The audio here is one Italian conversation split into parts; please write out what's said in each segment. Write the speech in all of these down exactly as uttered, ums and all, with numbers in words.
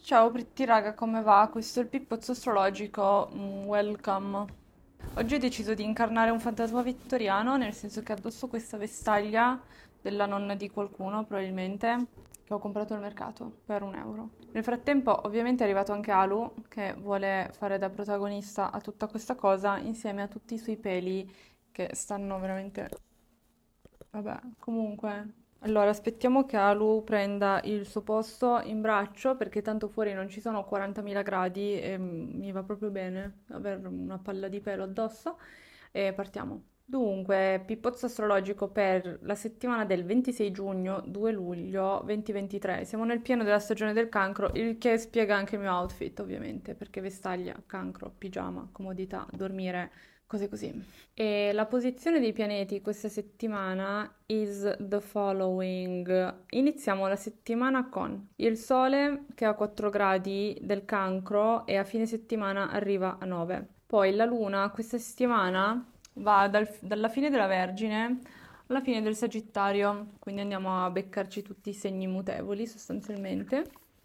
Ciao Pritti raga, come va? Questo è il Pippozzo Astrologico, mm, welcome. Oggi ho deciso di incarnare un fantasma vittoriano, nel senso che addosso questa vestaglia della nonna di qualcuno, probabilmente, che ho comprato al mercato per un euro. Nel frattempo, ovviamente, è arrivato anche Alu, che vuole fare da protagonista a tutta questa cosa, insieme a tutti i suoi peli che stanno veramente. Vabbè, comunque. Allora, aspettiamo che Alu prenda il suo posto in braccio perché tanto fuori non ci sono quarantamila gradi e mm, mi va proprio bene avere una palla di pelo addosso e partiamo. Dunque, Pippozzo astrologico per la settimana del ventisei giugno, due luglio duemilaventitré. Siamo nel pieno della stagione del cancro, il che spiega anche il mio outfit, ovviamente, perché vestaglia, cancro, pigiama, comodità, dormire, cose così. E la posizione dei pianeti questa settimana is the following. Iniziamo la settimana con il Sole che ha quattro gradi del Cancro e a fine settimana arriva a nove. Poi la Luna questa settimana va dal- dalla fine della Vergine alla fine del Sagittario, quindi andiamo a beccarci tutti i segni mutevoli sostanzialmente.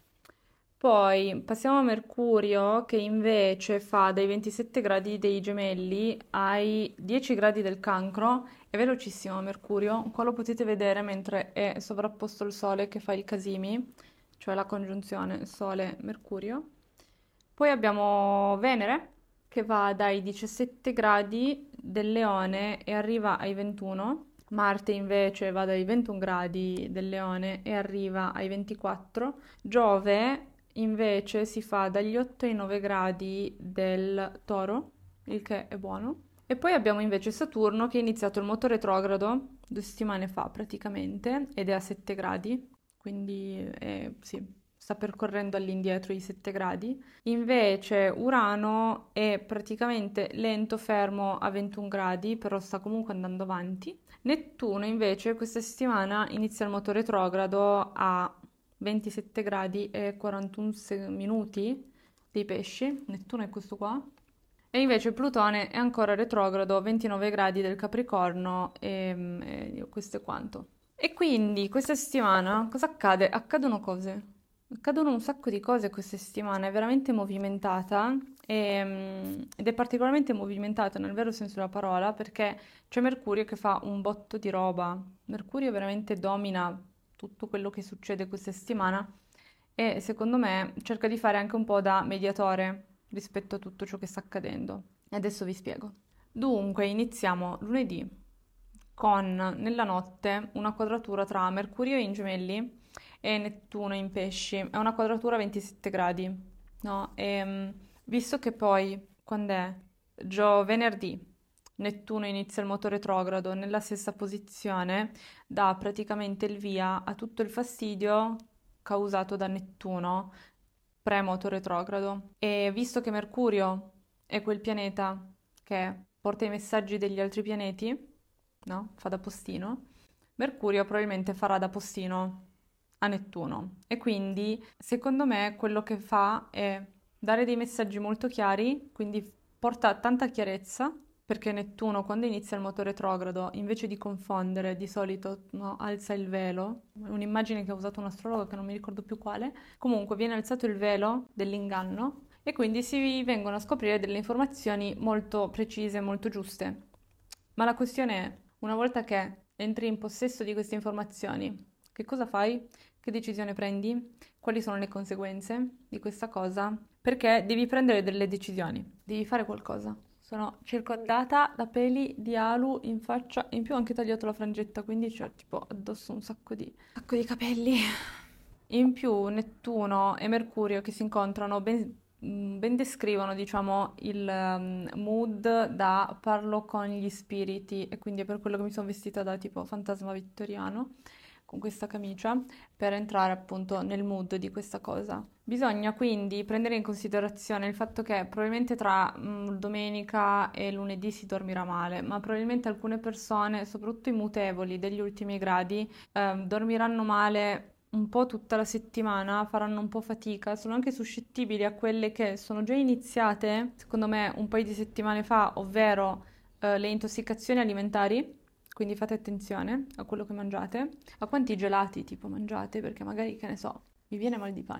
Poi passiamo a Mercurio che invece fa dai ventisette gradi dei Gemelli ai dieci gradi del Cancro. È velocissimo Mercurio, qua lo potete vedere mentre è sovrapposto al Sole che fa il Casimi, cioè la congiunzione Sole-Mercurio. Poi abbiamo Venere che va dai diciassette gradi del Leone e arriva ai ventuno. Marte invece va dai ventuno gradi del Leone e arriva ai ventiquattro. Giove invece si fa dagli otto ai nove gradi del Toro, il che è buono. E poi abbiamo invece Saturno che ha iniziato il moto retrogrado due settimane fa praticamente ed è a sette gradi, quindi eh, sì, sta percorrendo all'indietro i sette gradi. Invece Urano è praticamente lento, fermo a ventuno gradi, però sta comunque andando avanti. Nettuno invece questa settimana inizia il moto retrogrado a ventisette gradi e quarantuno se- minuti dei pesci. Nettuno è questo qua. E invece Plutone è ancora retrogrado a ventinove gradi del Capricorno e, e questo è quanto. E quindi questa settimana cosa accade? Accadono cose. Accadono un sacco di cose questa settimana, è veramente movimentata e, mm, ed è particolarmente movimentata nel vero senso della parola perché c'è Mercurio che fa un botto di roba. Mercurio veramente domina tutto quello che succede questa settimana e secondo me cerca di fare anche un po' da mediatore rispetto a tutto ciò che sta accadendo. E adesso vi spiego. Dunque, iniziamo lunedì con nella notte una quadratura tra Mercurio in Gemelli e Nettuno in Pesci. È una quadratura a ventisette gradi, no? E, mm, visto che poi, quando è Gio venerdì, Nettuno inizia il moto retrogrado nella stessa posizione, dà praticamente il via a tutto il fastidio causato da Nettuno pre-moto retrogrado. E visto che Mercurio è quel pianeta che porta i messaggi degli altri pianeti, no? Fa da postino. Mercurio probabilmente farà da postino a Nettuno. E quindi, secondo me, quello che fa è dare dei messaggi molto chiari, quindi porta tanta chiarezza, perché Nettuno, quando inizia il moto retrogrado, invece di confondere, di solito no, alza il velo. È un'immagine che ha usato un astrologo che non mi ricordo più quale. Comunque, viene alzato il velo dell'inganno e quindi si vengono a scoprire delle informazioni molto precise, molto giuste. Ma la questione è, una volta che entri in possesso di queste informazioni, che cosa fai? Che decisione prendi? Quali sono le conseguenze di questa cosa? Perché devi prendere delle decisioni, devi fare qualcosa. Sono circondata da peli di alu in faccia, in più ho anche tagliato la frangetta, quindi c'ho tipo addosso un sacco di, un sacco di capelli. In più Nettuno e Mercurio che si incontrano ben, mm, ben descrivono, diciamo, il um, mood da parlo con gli spiriti e quindi è per quello che mi sono vestita da tipo fantasma vittoriano con questa camicia per entrare appunto nel mood di questa cosa. Bisogna quindi prendere in considerazione il fatto che probabilmente tra mm, domenica e lunedì si dormirà male, ma probabilmente alcune persone, soprattutto i mutevoli degli ultimi gradi, ehm, dormiranno male un po' tutta la settimana, faranno un po' fatica, sono anche suscettibili a quelle che sono già iniziate, secondo me, un paio di settimane fa, ovvero eh, le intossicazioni alimentari. Quindi fate attenzione a quello che mangiate, a quanti gelati tipo mangiate, perché magari, che ne so, vi viene mal di pancia.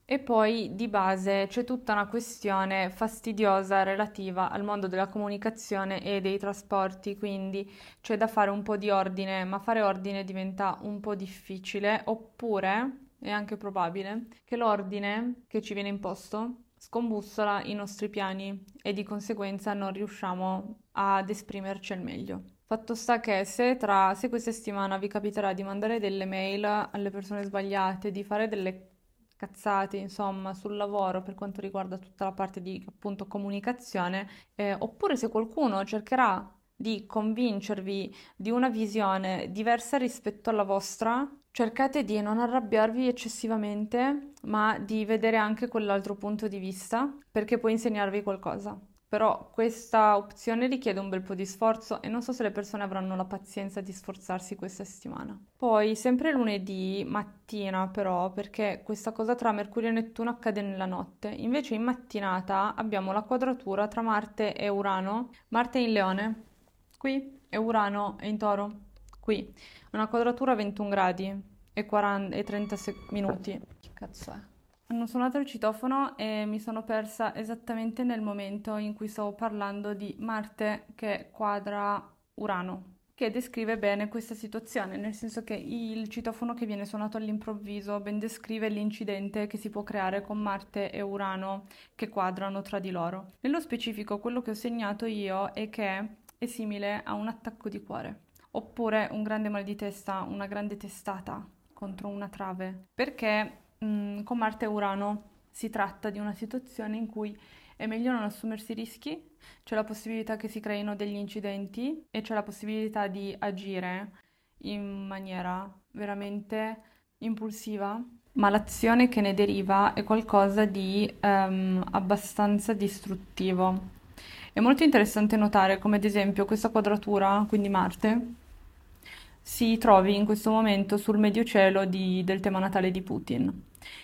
E poi di base c'è tutta una questione fastidiosa relativa al mondo della comunicazione e dei trasporti, quindi c'è da fare un po' di ordine, ma fare ordine diventa un po' difficile, oppure è anche probabile che l'ordine che ci viene imposto scombussola i nostri piani e di conseguenza non riusciamo ad esprimerci al meglio. Fatto sta che se, tra, se questa settimana vi capiterà di mandare delle mail alle persone sbagliate, di fare delle cazzate, insomma, sul lavoro per quanto riguarda tutta la parte di appunto comunicazione, eh, oppure se qualcuno cercherà di convincervi di una visione diversa rispetto alla vostra, cercate di non arrabbiarvi eccessivamente, ma di vedere anche quell'altro punto di vista, perché può insegnarvi qualcosa. Però questa opzione richiede un bel po' di sforzo e non so se le persone avranno la pazienza di sforzarsi questa settimana. Poi, sempre lunedì mattina, però, perché questa cosa tra Mercurio e Nettuno accade nella notte, invece in mattinata abbiamo la quadratura tra Marte e Urano. Marte è in Leone, qui, e Urano è in Toro, qui. Una quadratura a ventuno gradi e, quaranta, e trenta sec- minuti. Che cazzo è? Hanno suonato il citofono e mi sono persa esattamente nel momento in cui stavo parlando di Marte che quadra Urano, che descrive bene questa situazione, nel senso che il citofono che viene suonato all'improvviso ben descrive l'incidente che si può creare con Marte e Urano che quadrano tra di loro. Nello specifico, quello che ho segnato io è che è simile a un attacco di cuore, oppure un grande mal di testa, una grande testata contro una trave, perché mm, con Marte e Urano si tratta di una situazione in cui è meglio non assumersi rischi, c'è la possibilità che si creino degli incidenti e c'è la possibilità di agire in maniera veramente impulsiva, ma l'azione che ne deriva è qualcosa di ehm, abbastanza distruttivo. È molto interessante notare come ad esempio questa quadratura, quindi Marte, si trovi in questo momento sul medio cielo di- del tema natale di Putin.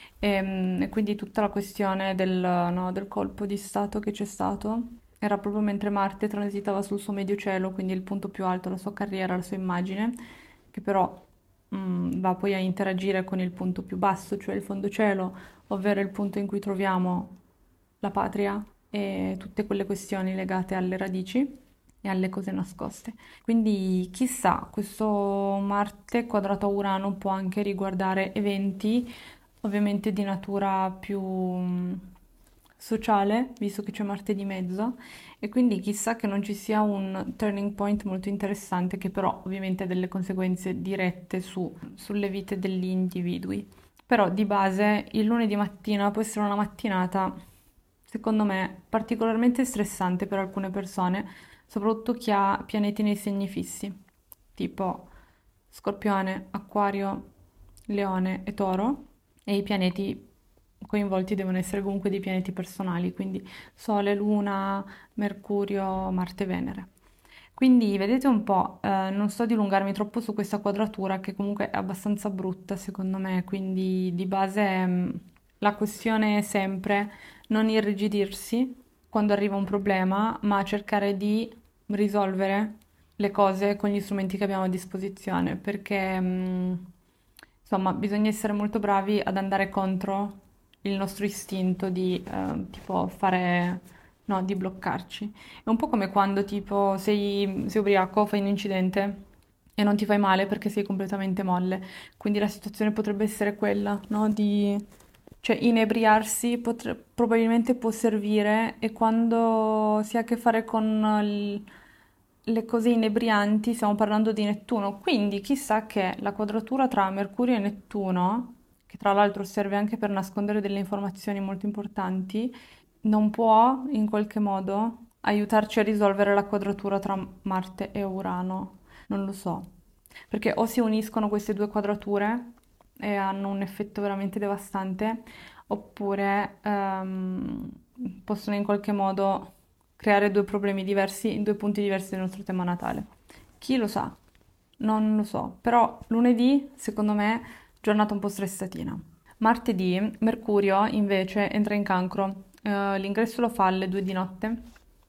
E, e quindi tutta la questione del, no, del colpo di stato che c'è stato era proprio mentre Marte transitava sul suo medio cielo, quindi il punto più alto della sua carriera, la sua immagine, che però mm, va poi a interagire con il punto più basso, cioè il fondo cielo, ovvero il punto in cui troviamo la patria e tutte quelle questioni legate alle radici e alle cose nascoste. Quindi chissà, questo Marte quadrato a Urano può anche riguardare eventi ovviamente di natura più mh, sociale, visto che c'è Marte di mezzo, e quindi chissà che non ci sia un turning point molto interessante che però ovviamente ha delle conseguenze dirette su- sulle vite degli individui. Però di base il lunedì mattina può essere una mattinata, secondo me, particolarmente stressante per alcune persone, soprattutto chi ha pianeti nei segni fissi, tipo Scorpione, Acquario, Leone e Toro, e i pianeti coinvolti devono essere comunque dei pianeti personali, quindi Sole, Luna, Mercurio, Marte, Venere. Quindi vedete un po', eh, non sto a dilungarmi troppo su questa quadratura che comunque è abbastanza brutta secondo me, quindi di base mh, la questione è sempre non irrigidirsi quando arriva un problema, ma cercare di risolvere le cose con gli strumenti che abbiamo a disposizione, perché mh, insomma bisogna essere molto bravi ad andare contro il nostro istinto di eh, tipo fare, no, di bloccarci. È un po' come quando tipo sei, sei ubriaco, fai un incidente e non ti fai male perché sei completamente molle. Quindi la situazione potrebbe essere quella, no? Di, cioè inebriarsi potre- probabilmente può servire e quando si ha a che fare con il- le cose inebrianti stiamo parlando di Nettuno. Quindi chissà che la quadratura tra Mercurio e Nettuno, che tra l'altro serve anche per nascondere delle informazioni molto importanti, non può in qualche modo aiutarci a risolvere la quadratura tra Marte e Urano. Non lo so. Perché o si uniscono queste due quadrature e hanno un effetto veramente devastante, oppure ehm, possono in qualche modo creare due problemi diversi in due punti diversi del nostro tema natale. Chi lo sa? Non lo so, però lunedì, secondo me, giornata un po' stressatina. Martedì, Mercurio invece entra in cancro. Eh, l'ingresso lo fa alle due di notte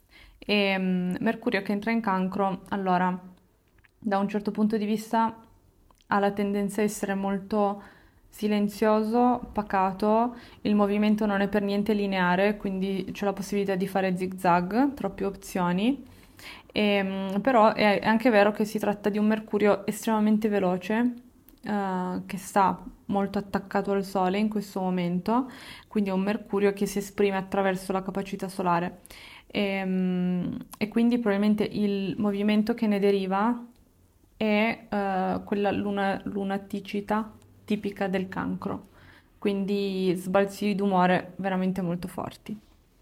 e mm, Mercurio che entra in cancro, allora, da un certo punto di vista ha la tendenza a essere molto silenzioso, pacato, il movimento non è per niente lineare, quindi c'è la possibilità di fare zigzag, troppe opzioni. Ehm, però è anche vero che si tratta di un Mercurio estremamente veloce, eh, che sta molto attaccato al Sole in questo momento, quindi è un Mercurio che si esprime attraverso la capacità solare. Ehm, E, quindi probabilmente il movimento che ne deriva è eh, quella luna- lunaticità tipica del cancro, quindi sbalzi d'umore veramente molto forti.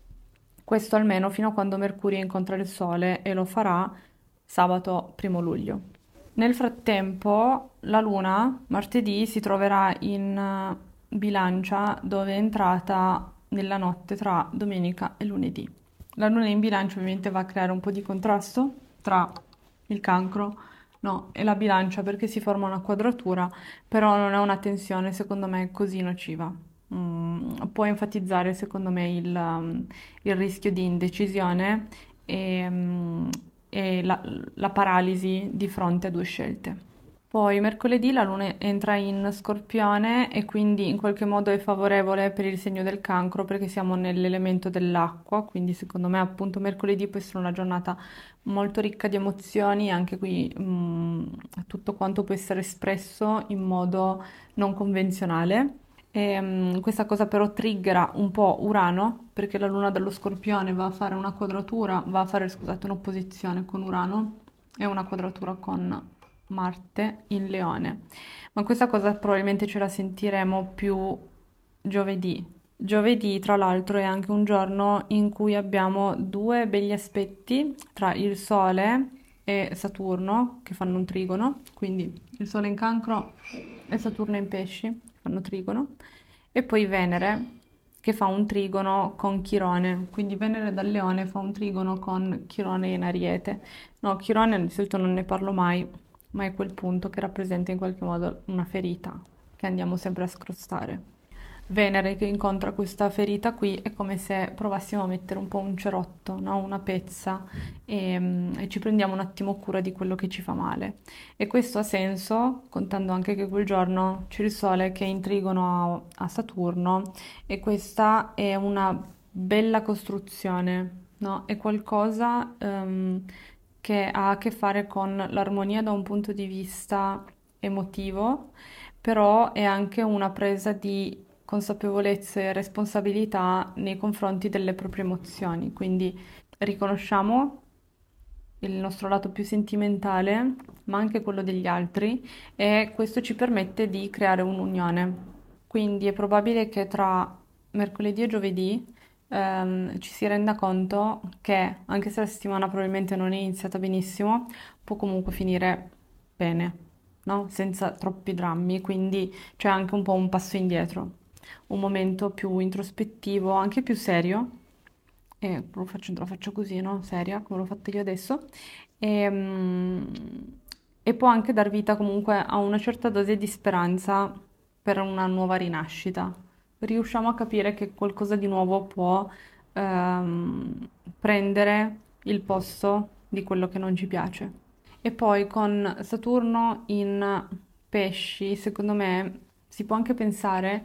Questo almeno fino a quando Mercurio incontra il Sole e lo farà sabato primo luglio. Nel frattempo, la Luna martedì si troverà in eh, Bilancia, dove è entrata nella notte tra domenica e lunedì. La Luna in Bilancia ovviamente va a creare un po' di contrasto tra il Cancro, no, e la Bilancia perché si forma una quadratura, però non è una tensione secondo me così nociva. Mm, può enfatizzare secondo me il, um, il rischio di indecisione e, mm, e la, la paralisi di fronte a due scelte. Poi mercoledì la luna entra in Scorpione e quindi in qualche modo è favorevole per il segno del cancro perché siamo nell'elemento dell'acqua, quindi secondo me appunto mercoledì può essere una giornata molto ricca di emozioni, anche qui mh, tutto quanto può essere espresso in modo non convenzionale. E, mh, questa cosa però triggera un po' Urano perché la luna dello Scorpione va a fare una quadratura, va a fare, scusate, un'opposizione con Urano e una quadratura con Marte in Leone. Ma questa cosa probabilmente ce la sentiremo più giovedì. Giovedì, tra l'altro, è anche un giorno in cui abbiamo due begli aspetti tra il Sole e Saturno che fanno un trigono, quindi il Sole in Cancro e Saturno in Pesci che fanno trigono, e poi Venere che fa un trigono con Chirone, quindi Venere dal Leone fa un trigono con Chirone in Ariete. No, Chirone di solito non ne parlo mai, ma è quel punto che rappresenta in qualche modo una ferita che andiamo sempre a scrostare. Venere che incontra questa ferita qui è come se provassimo a mettere un po' un cerotto, no? Una pezza e, mm, e ci prendiamo un attimo cura di quello che ci fa male. E questo ha senso, contando anche che quel giorno c'è il Sole che è in trigono a, a Saturno e questa è una bella costruzione, no? È qualcosa ehm, che ha a che fare con l'armonia da un punto di vista emotivo, però è anche una presa di consapevolezza e responsabilità nei confronti delle proprie emozioni. Quindi riconosciamo il nostro lato più sentimentale, ma anche quello degli altri, e questo ci permette di creare un'unione. Quindi è probabile che tra mercoledì e giovedì ehm, ci si renda conto che, anche se la settimana probabilmente non è iniziata benissimo, può comunque finire bene, no? Senza troppi drammi, quindi c'è anche un po' un passo indietro, un momento più introspettivo, anche più serio. E lo faccio, lo faccio così, no? Seria, come l'ho fatto io adesso. E, mm, e può anche dar vita comunque a una certa dose di speranza per una nuova rinascita. Riusciamo a capire che qualcosa di nuovo può ehm, prendere il posto di quello che non ci piace. E poi con Saturno in pesci, secondo me, si può anche pensare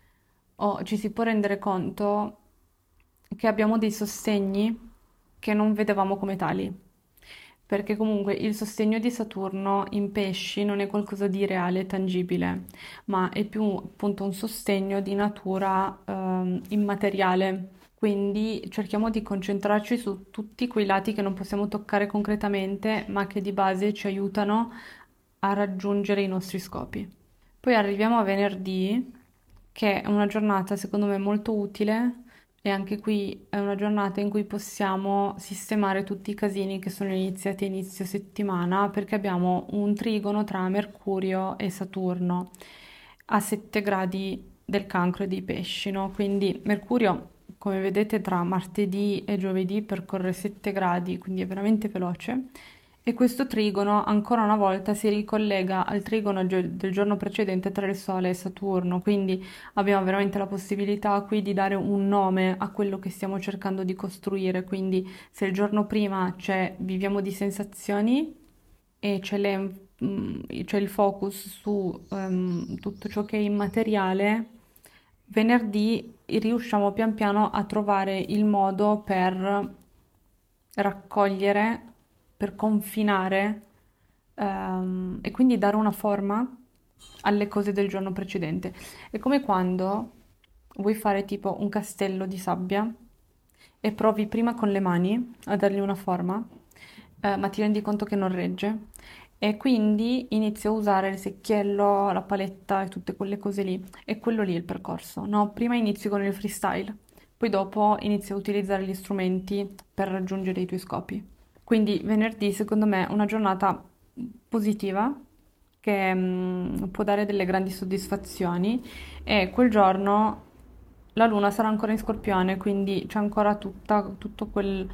o ci si può rendere conto che abbiamo dei sostegni che non vedevamo come tali, perché comunque il sostegno di Saturno in pesci non è qualcosa di reale e tangibile, ma è più appunto un sostegno di natura ehm, immateriale. Quindi cerchiamo di concentrarci su tutti quei lati che non possiamo toccare concretamente, ma che di base ci aiutano a raggiungere i nostri scopi. Poi arriviamo a venerdì, che è una giornata secondo me molto utile e anche qui è una giornata in cui possiamo sistemare tutti i casini che sono iniziati a inizio settimana perché abbiamo un trigono tra Mercurio e Saturno a sette gradi del Cancro e dei Pesci, no? Quindi Mercurio, come vedete, tra martedì e giovedì percorre sette gradi, quindi è veramente veloce. E questo trigono ancora una volta si ricollega al trigono gio- del giorno precedente tra il Sole e Saturno, quindi abbiamo veramente la possibilità qui di dare un nome a quello che stiamo cercando di costruire. Quindi se il giorno prima c'è viviamo di sensazioni e ce le mm, c'è il focus su ehm, tutto ciò che è immateriale, venerdì riusciamo pian piano a trovare il modo per raccogliere, per confinare ehm, e quindi dare una forma alle cose del giorno precedente. È come quando vuoi fare tipo un castello di sabbia e provi prima con le mani a dargli una forma, eh, ma ti rendi conto che non regge. E quindi inizi a usare il secchiello, la paletta e tutte quelle cose lì. E quello lì è il percorso, no? Prima inizi con il freestyle, poi dopo inizi a utilizzare gli strumenti per raggiungere i tuoi scopi. Quindi venerdì, secondo me, è una giornata positiva che mm, può dare delle grandi soddisfazioni e quel giorno la luna sarà ancora in Scorpione, quindi c'è ancora tutta, tutto quel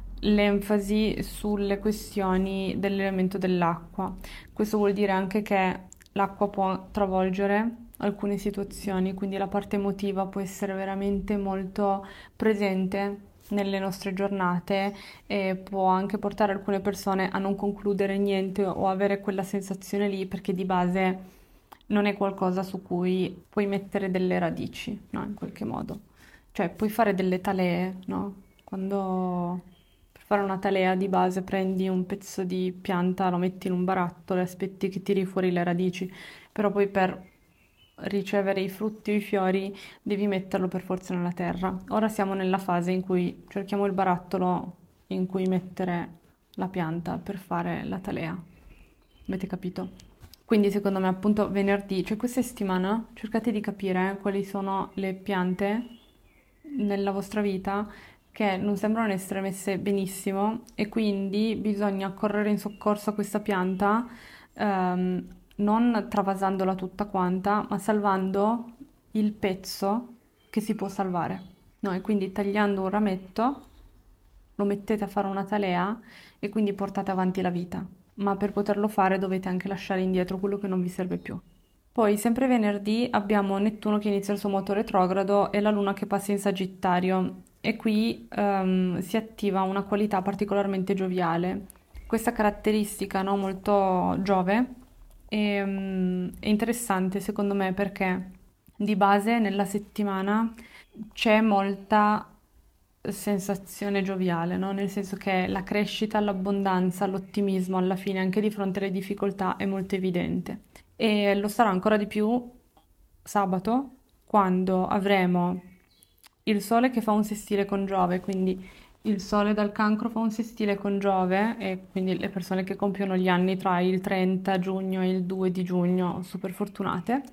l'enfasi sulle questioni dell'elemento dell'acqua. Questo vuol dire anche che l'acqua può travolgere alcune situazioni, quindi la parte emotiva può essere veramente molto presente nelle nostre giornate e può anche portare alcune persone a non concludere niente o avere quella sensazione lì perché di base non è qualcosa su cui puoi mettere delle radici, no? In qualche modo. Cioè, puoi fare delle talee, no? Quando per fare una talea di base prendi un pezzo di pianta, lo metti in un barattolo e aspetti che tiri fuori le radici, però poi per ricevere i frutti o i fiori devi metterlo per forza nella terra. Ora siamo nella fase in cui cerchiamo il barattolo in cui mettere la pianta per fare la talea. Avete capito? Quindi secondo me appunto venerdì, cioè questa settimana, cercate di capire quali sono le piante nella vostra vita che non sembrano essere messe benissimo e quindi bisogna correre in soccorso a questa pianta, ehm, non travasandola tutta quanta, ma salvando il pezzo che si può salvare. No, e quindi tagliando un rametto lo mettete a fare una talea e quindi portate avanti la vita. Ma per poterlo fare dovete anche lasciare indietro quello che non vi serve più. Poi, sempre venerdì, abbiamo Nettuno che inizia il suo moto retrogrado e la Luna che passa in Sagittario. E qui ehm, si attiva una qualità particolarmente gioviale. Questa caratteristica, no, molto Giove è, mm, è interessante secondo me perché di base nella settimana c'è molta sensazione gioviale, no? Nel senso che la crescita, l'abbondanza, l'ottimismo alla fine, anche di fronte alle difficoltà, è molto evidente. E lo sarà ancora di più sabato, quando avremo il Sole che fa un sestile con Giove, quindi il Sole dal Cancro fa un sestile con Giove, e quindi le persone che compiono gli anni tra il trenta giugno e il due di giugno, super fortunate.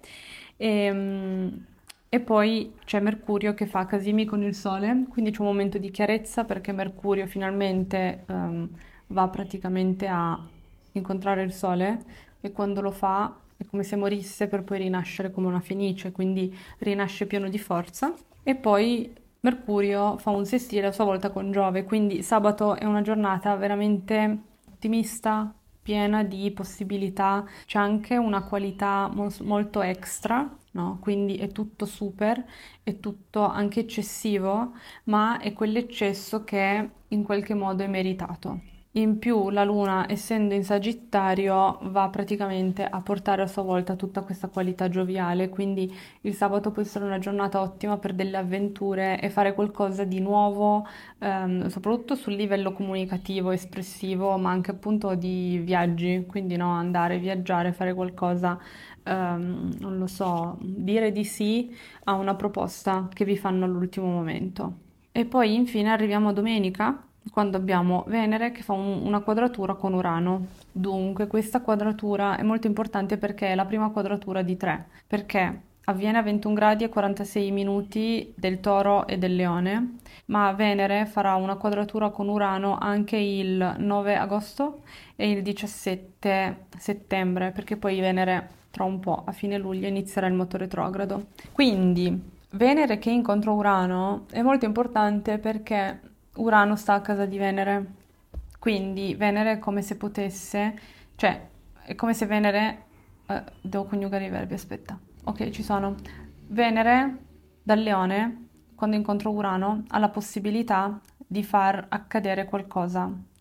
E, e poi c'è Mercurio che fa casimi con il Sole, quindi c'è un momento di chiarezza perché Mercurio finalmente ehm, va praticamente a incontrare il Sole e quando lo fa è come se morisse per poi rinascere come una fenice, quindi rinasce pieno di forza. E poi Mercurio fa un sestile a sua volta con Giove, quindi sabato è una giornata veramente ottimista, piena di possibilità, c'è anche una qualità mos- molto extra, no? Quindi è tutto super, è tutto anche eccessivo, ma è quell'eccesso che in qualche modo è meritato. In più la Luna, essendo in Sagittario, va praticamente a portare a sua volta tutta questa qualità gioviale, quindi il sabato può essere una giornata ottima per delle avventure e fare qualcosa di nuovo, ehm, soprattutto sul livello comunicativo, espressivo, ma anche appunto di viaggi, quindi no, andare, viaggiare, fare qualcosa, ehm, non lo so, dire di sì a una proposta che vi fanno all'ultimo momento. E poi infine arriviamo a domenica, quando abbiamo Venere che fa un- una quadratura con Urano. Dunque, questa quadratura è molto importante perché è la prima quadratura di tre, perché avviene a ventuno gradi e quarantasei minuti del Toro e del Leone, ma Venere farà una quadratura con Urano anche il nove agosto e il diciassette settembre, perché poi Venere tra un po', a fine luglio, inizierà il moto retrogrado. Quindi, Venere che incontra Urano è molto importante perché Urano sta a casa di Venere, quindi Venere è come se potesse, cioè è come se Venere, eh, devo coniugare i verbi, aspetta, ok, ci sono. Venere dal Leone, quando incontra Urano, ha la possibilità di far accadere qualcosa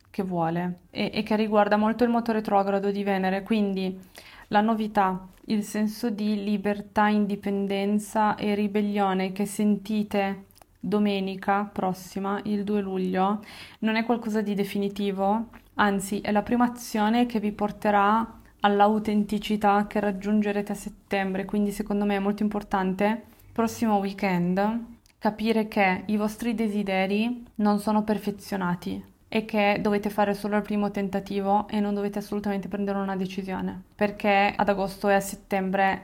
che vuole e, e che riguarda molto il moto retrogrado di Venere, quindi la novità, il senso di libertà, indipendenza e ribellione che sentite domenica prossima, il due luglio, non è qualcosa di definitivo, anzi è la prima azione che vi porterà all'autenticità che raggiungerete a settembre, quindi secondo me è molto importante, prossimo weekend, capire che i vostri desideri non sono perfezionati e che dovete fare solo il primo tentativo e non dovete assolutamente prendere una decisione, perché ad agosto e a settembre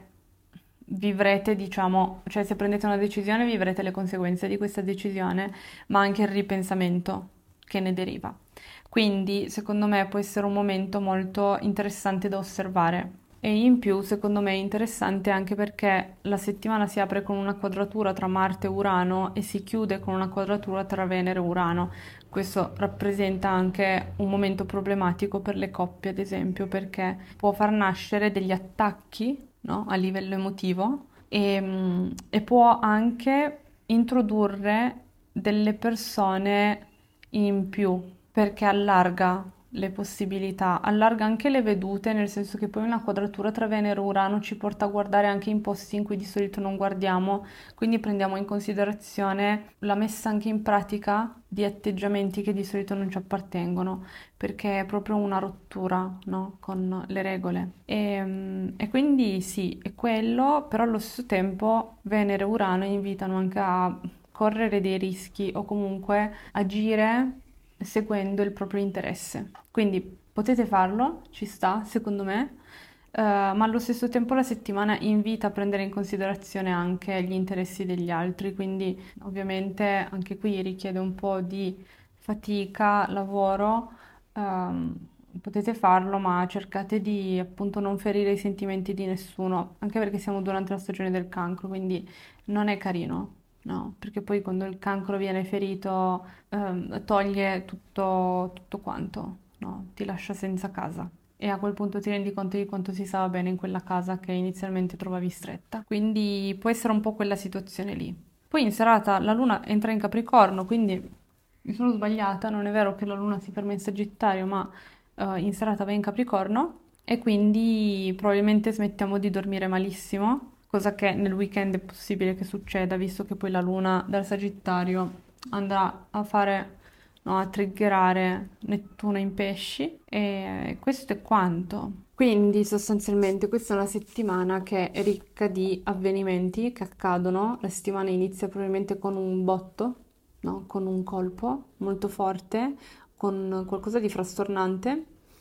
vivrete, diciamo, cioè se prendete una decisione vivrete le conseguenze di questa decisione, ma anche il ripensamento che ne deriva. Quindi, secondo me, può essere un momento molto interessante da osservare. E in più, secondo me, è interessante anche perché la settimana si apre con una quadratura tra Marte e Urano e si chiude con una quadratura tra Venere e Urano. Questo rappresenta anche un momento problematico per le coppie, ad esempio, perché può far nascere degli attacchi, no, a livello emotivo e, mm, e può anche introdurre delle persone in più perché allarga le possibilità, allarga anche le vedute, nel senso che poi una quadratura tra Venere e Urano ci porta a guardare anche in posti in cui di solito non guardiamo, quindi prendiamo in considerazione la messa anche in pratica di atteggiamenti che di solito non ci appartengono, perché è proprio una rottura, no? Con le regole. E, mm, e quindi sì, è quello, però allo stesso tempo Venere e Urano invitano anche a correre dei rischi o comunque agire seguendo il proprio interesse. Quindi potete farlo, ci sta, secondo me, eh, ma allo stesso tempo la settimana invita a prendere in considerazione anche gli interessi degli altri, quindi ovviamente anche qui richiede un po' di fatica, lavoro, ehm, potete farlo, ma cercate di appunto non ferire i sentimenti di nessuno, anche perché siamo durante la stagione del cancro, quindi non è carino. No, perché poi quando il cancro viene ferito, ehm, toglie tutto, tutto quanto, no? Ti lascia senza casa. E a quel punto ti rendi conto di quanto si stava bene in quella casa che inizialmente trovavi stretta. Quindi può essere un po' quella situazione lì. Poi in serata la luna entra in Capricorno, quindi mi sono sbagliata, non è vero che la luna si ferma in Sagittario, ma eh, in serata va in Capricorno e quindi probabilmente smettiamo di dormire malissimo, cosa che nel weekend è possibile che succeda, visto che poi la luna dal Sagittario andrà a fare, no, a triggerare Nettuno in pesci e questo è quanto. Quindi sostanzialmente questa è una settimana che è ricca di avvenimenti che accadono. La settimana inizia probabilmente con un botto, no? Con un colpo molto forte, con qualcosa di frastornante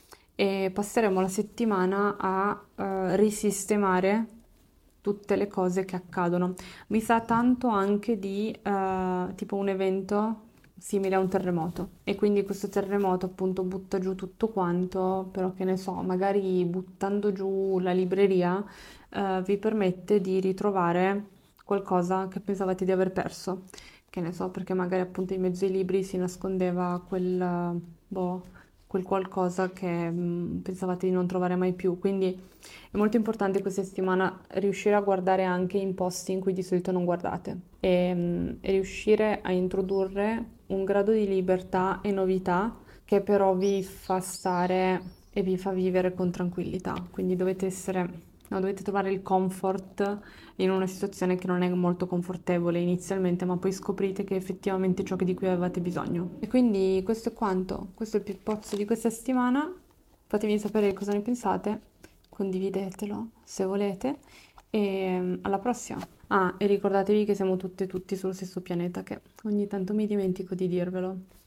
e passeremo la settimana a eh, risistemare tutte le cose che accadono. Mi sa tanto anche di eh, tipo un evento simile a un terremoto e quindi questo terremoto appunto butta giù tutto quanto, però che ne so, magari buttando giù la libreria eh, vi permette di ritrovare qualcosa che pensavate di aver perso, che ne so, perché magari appunto in mezzo ai libri si nascondeva quel, boh, quel qualcosa che mh, pensavate di non trovare mai più. Quindi è molto importante questa settimana riuscire a guardare anche in posti in cui di solito non guardate e, mh, e riuscire a introdurre un grado di libertà e novità che però vi fa stare e vi fa vivere con tranquillità. Quindi dovete essere, no, dovete trovare il comfort in una situazione che non è molto confortevole inizialmente, ma poi scoprite che è effettivamente ciò di cui avevate bisogno. E quindi questo è quanto, questo è il pippozzo di questa settimana. Fatemi sapere cosa ne pensate, condividetelo se volete e mm, alla prossima. Ah, e ricordatevi che siamo tutte e tutti sullo stesso pianeta, che ogni tanto mi dimentico di dirvelo.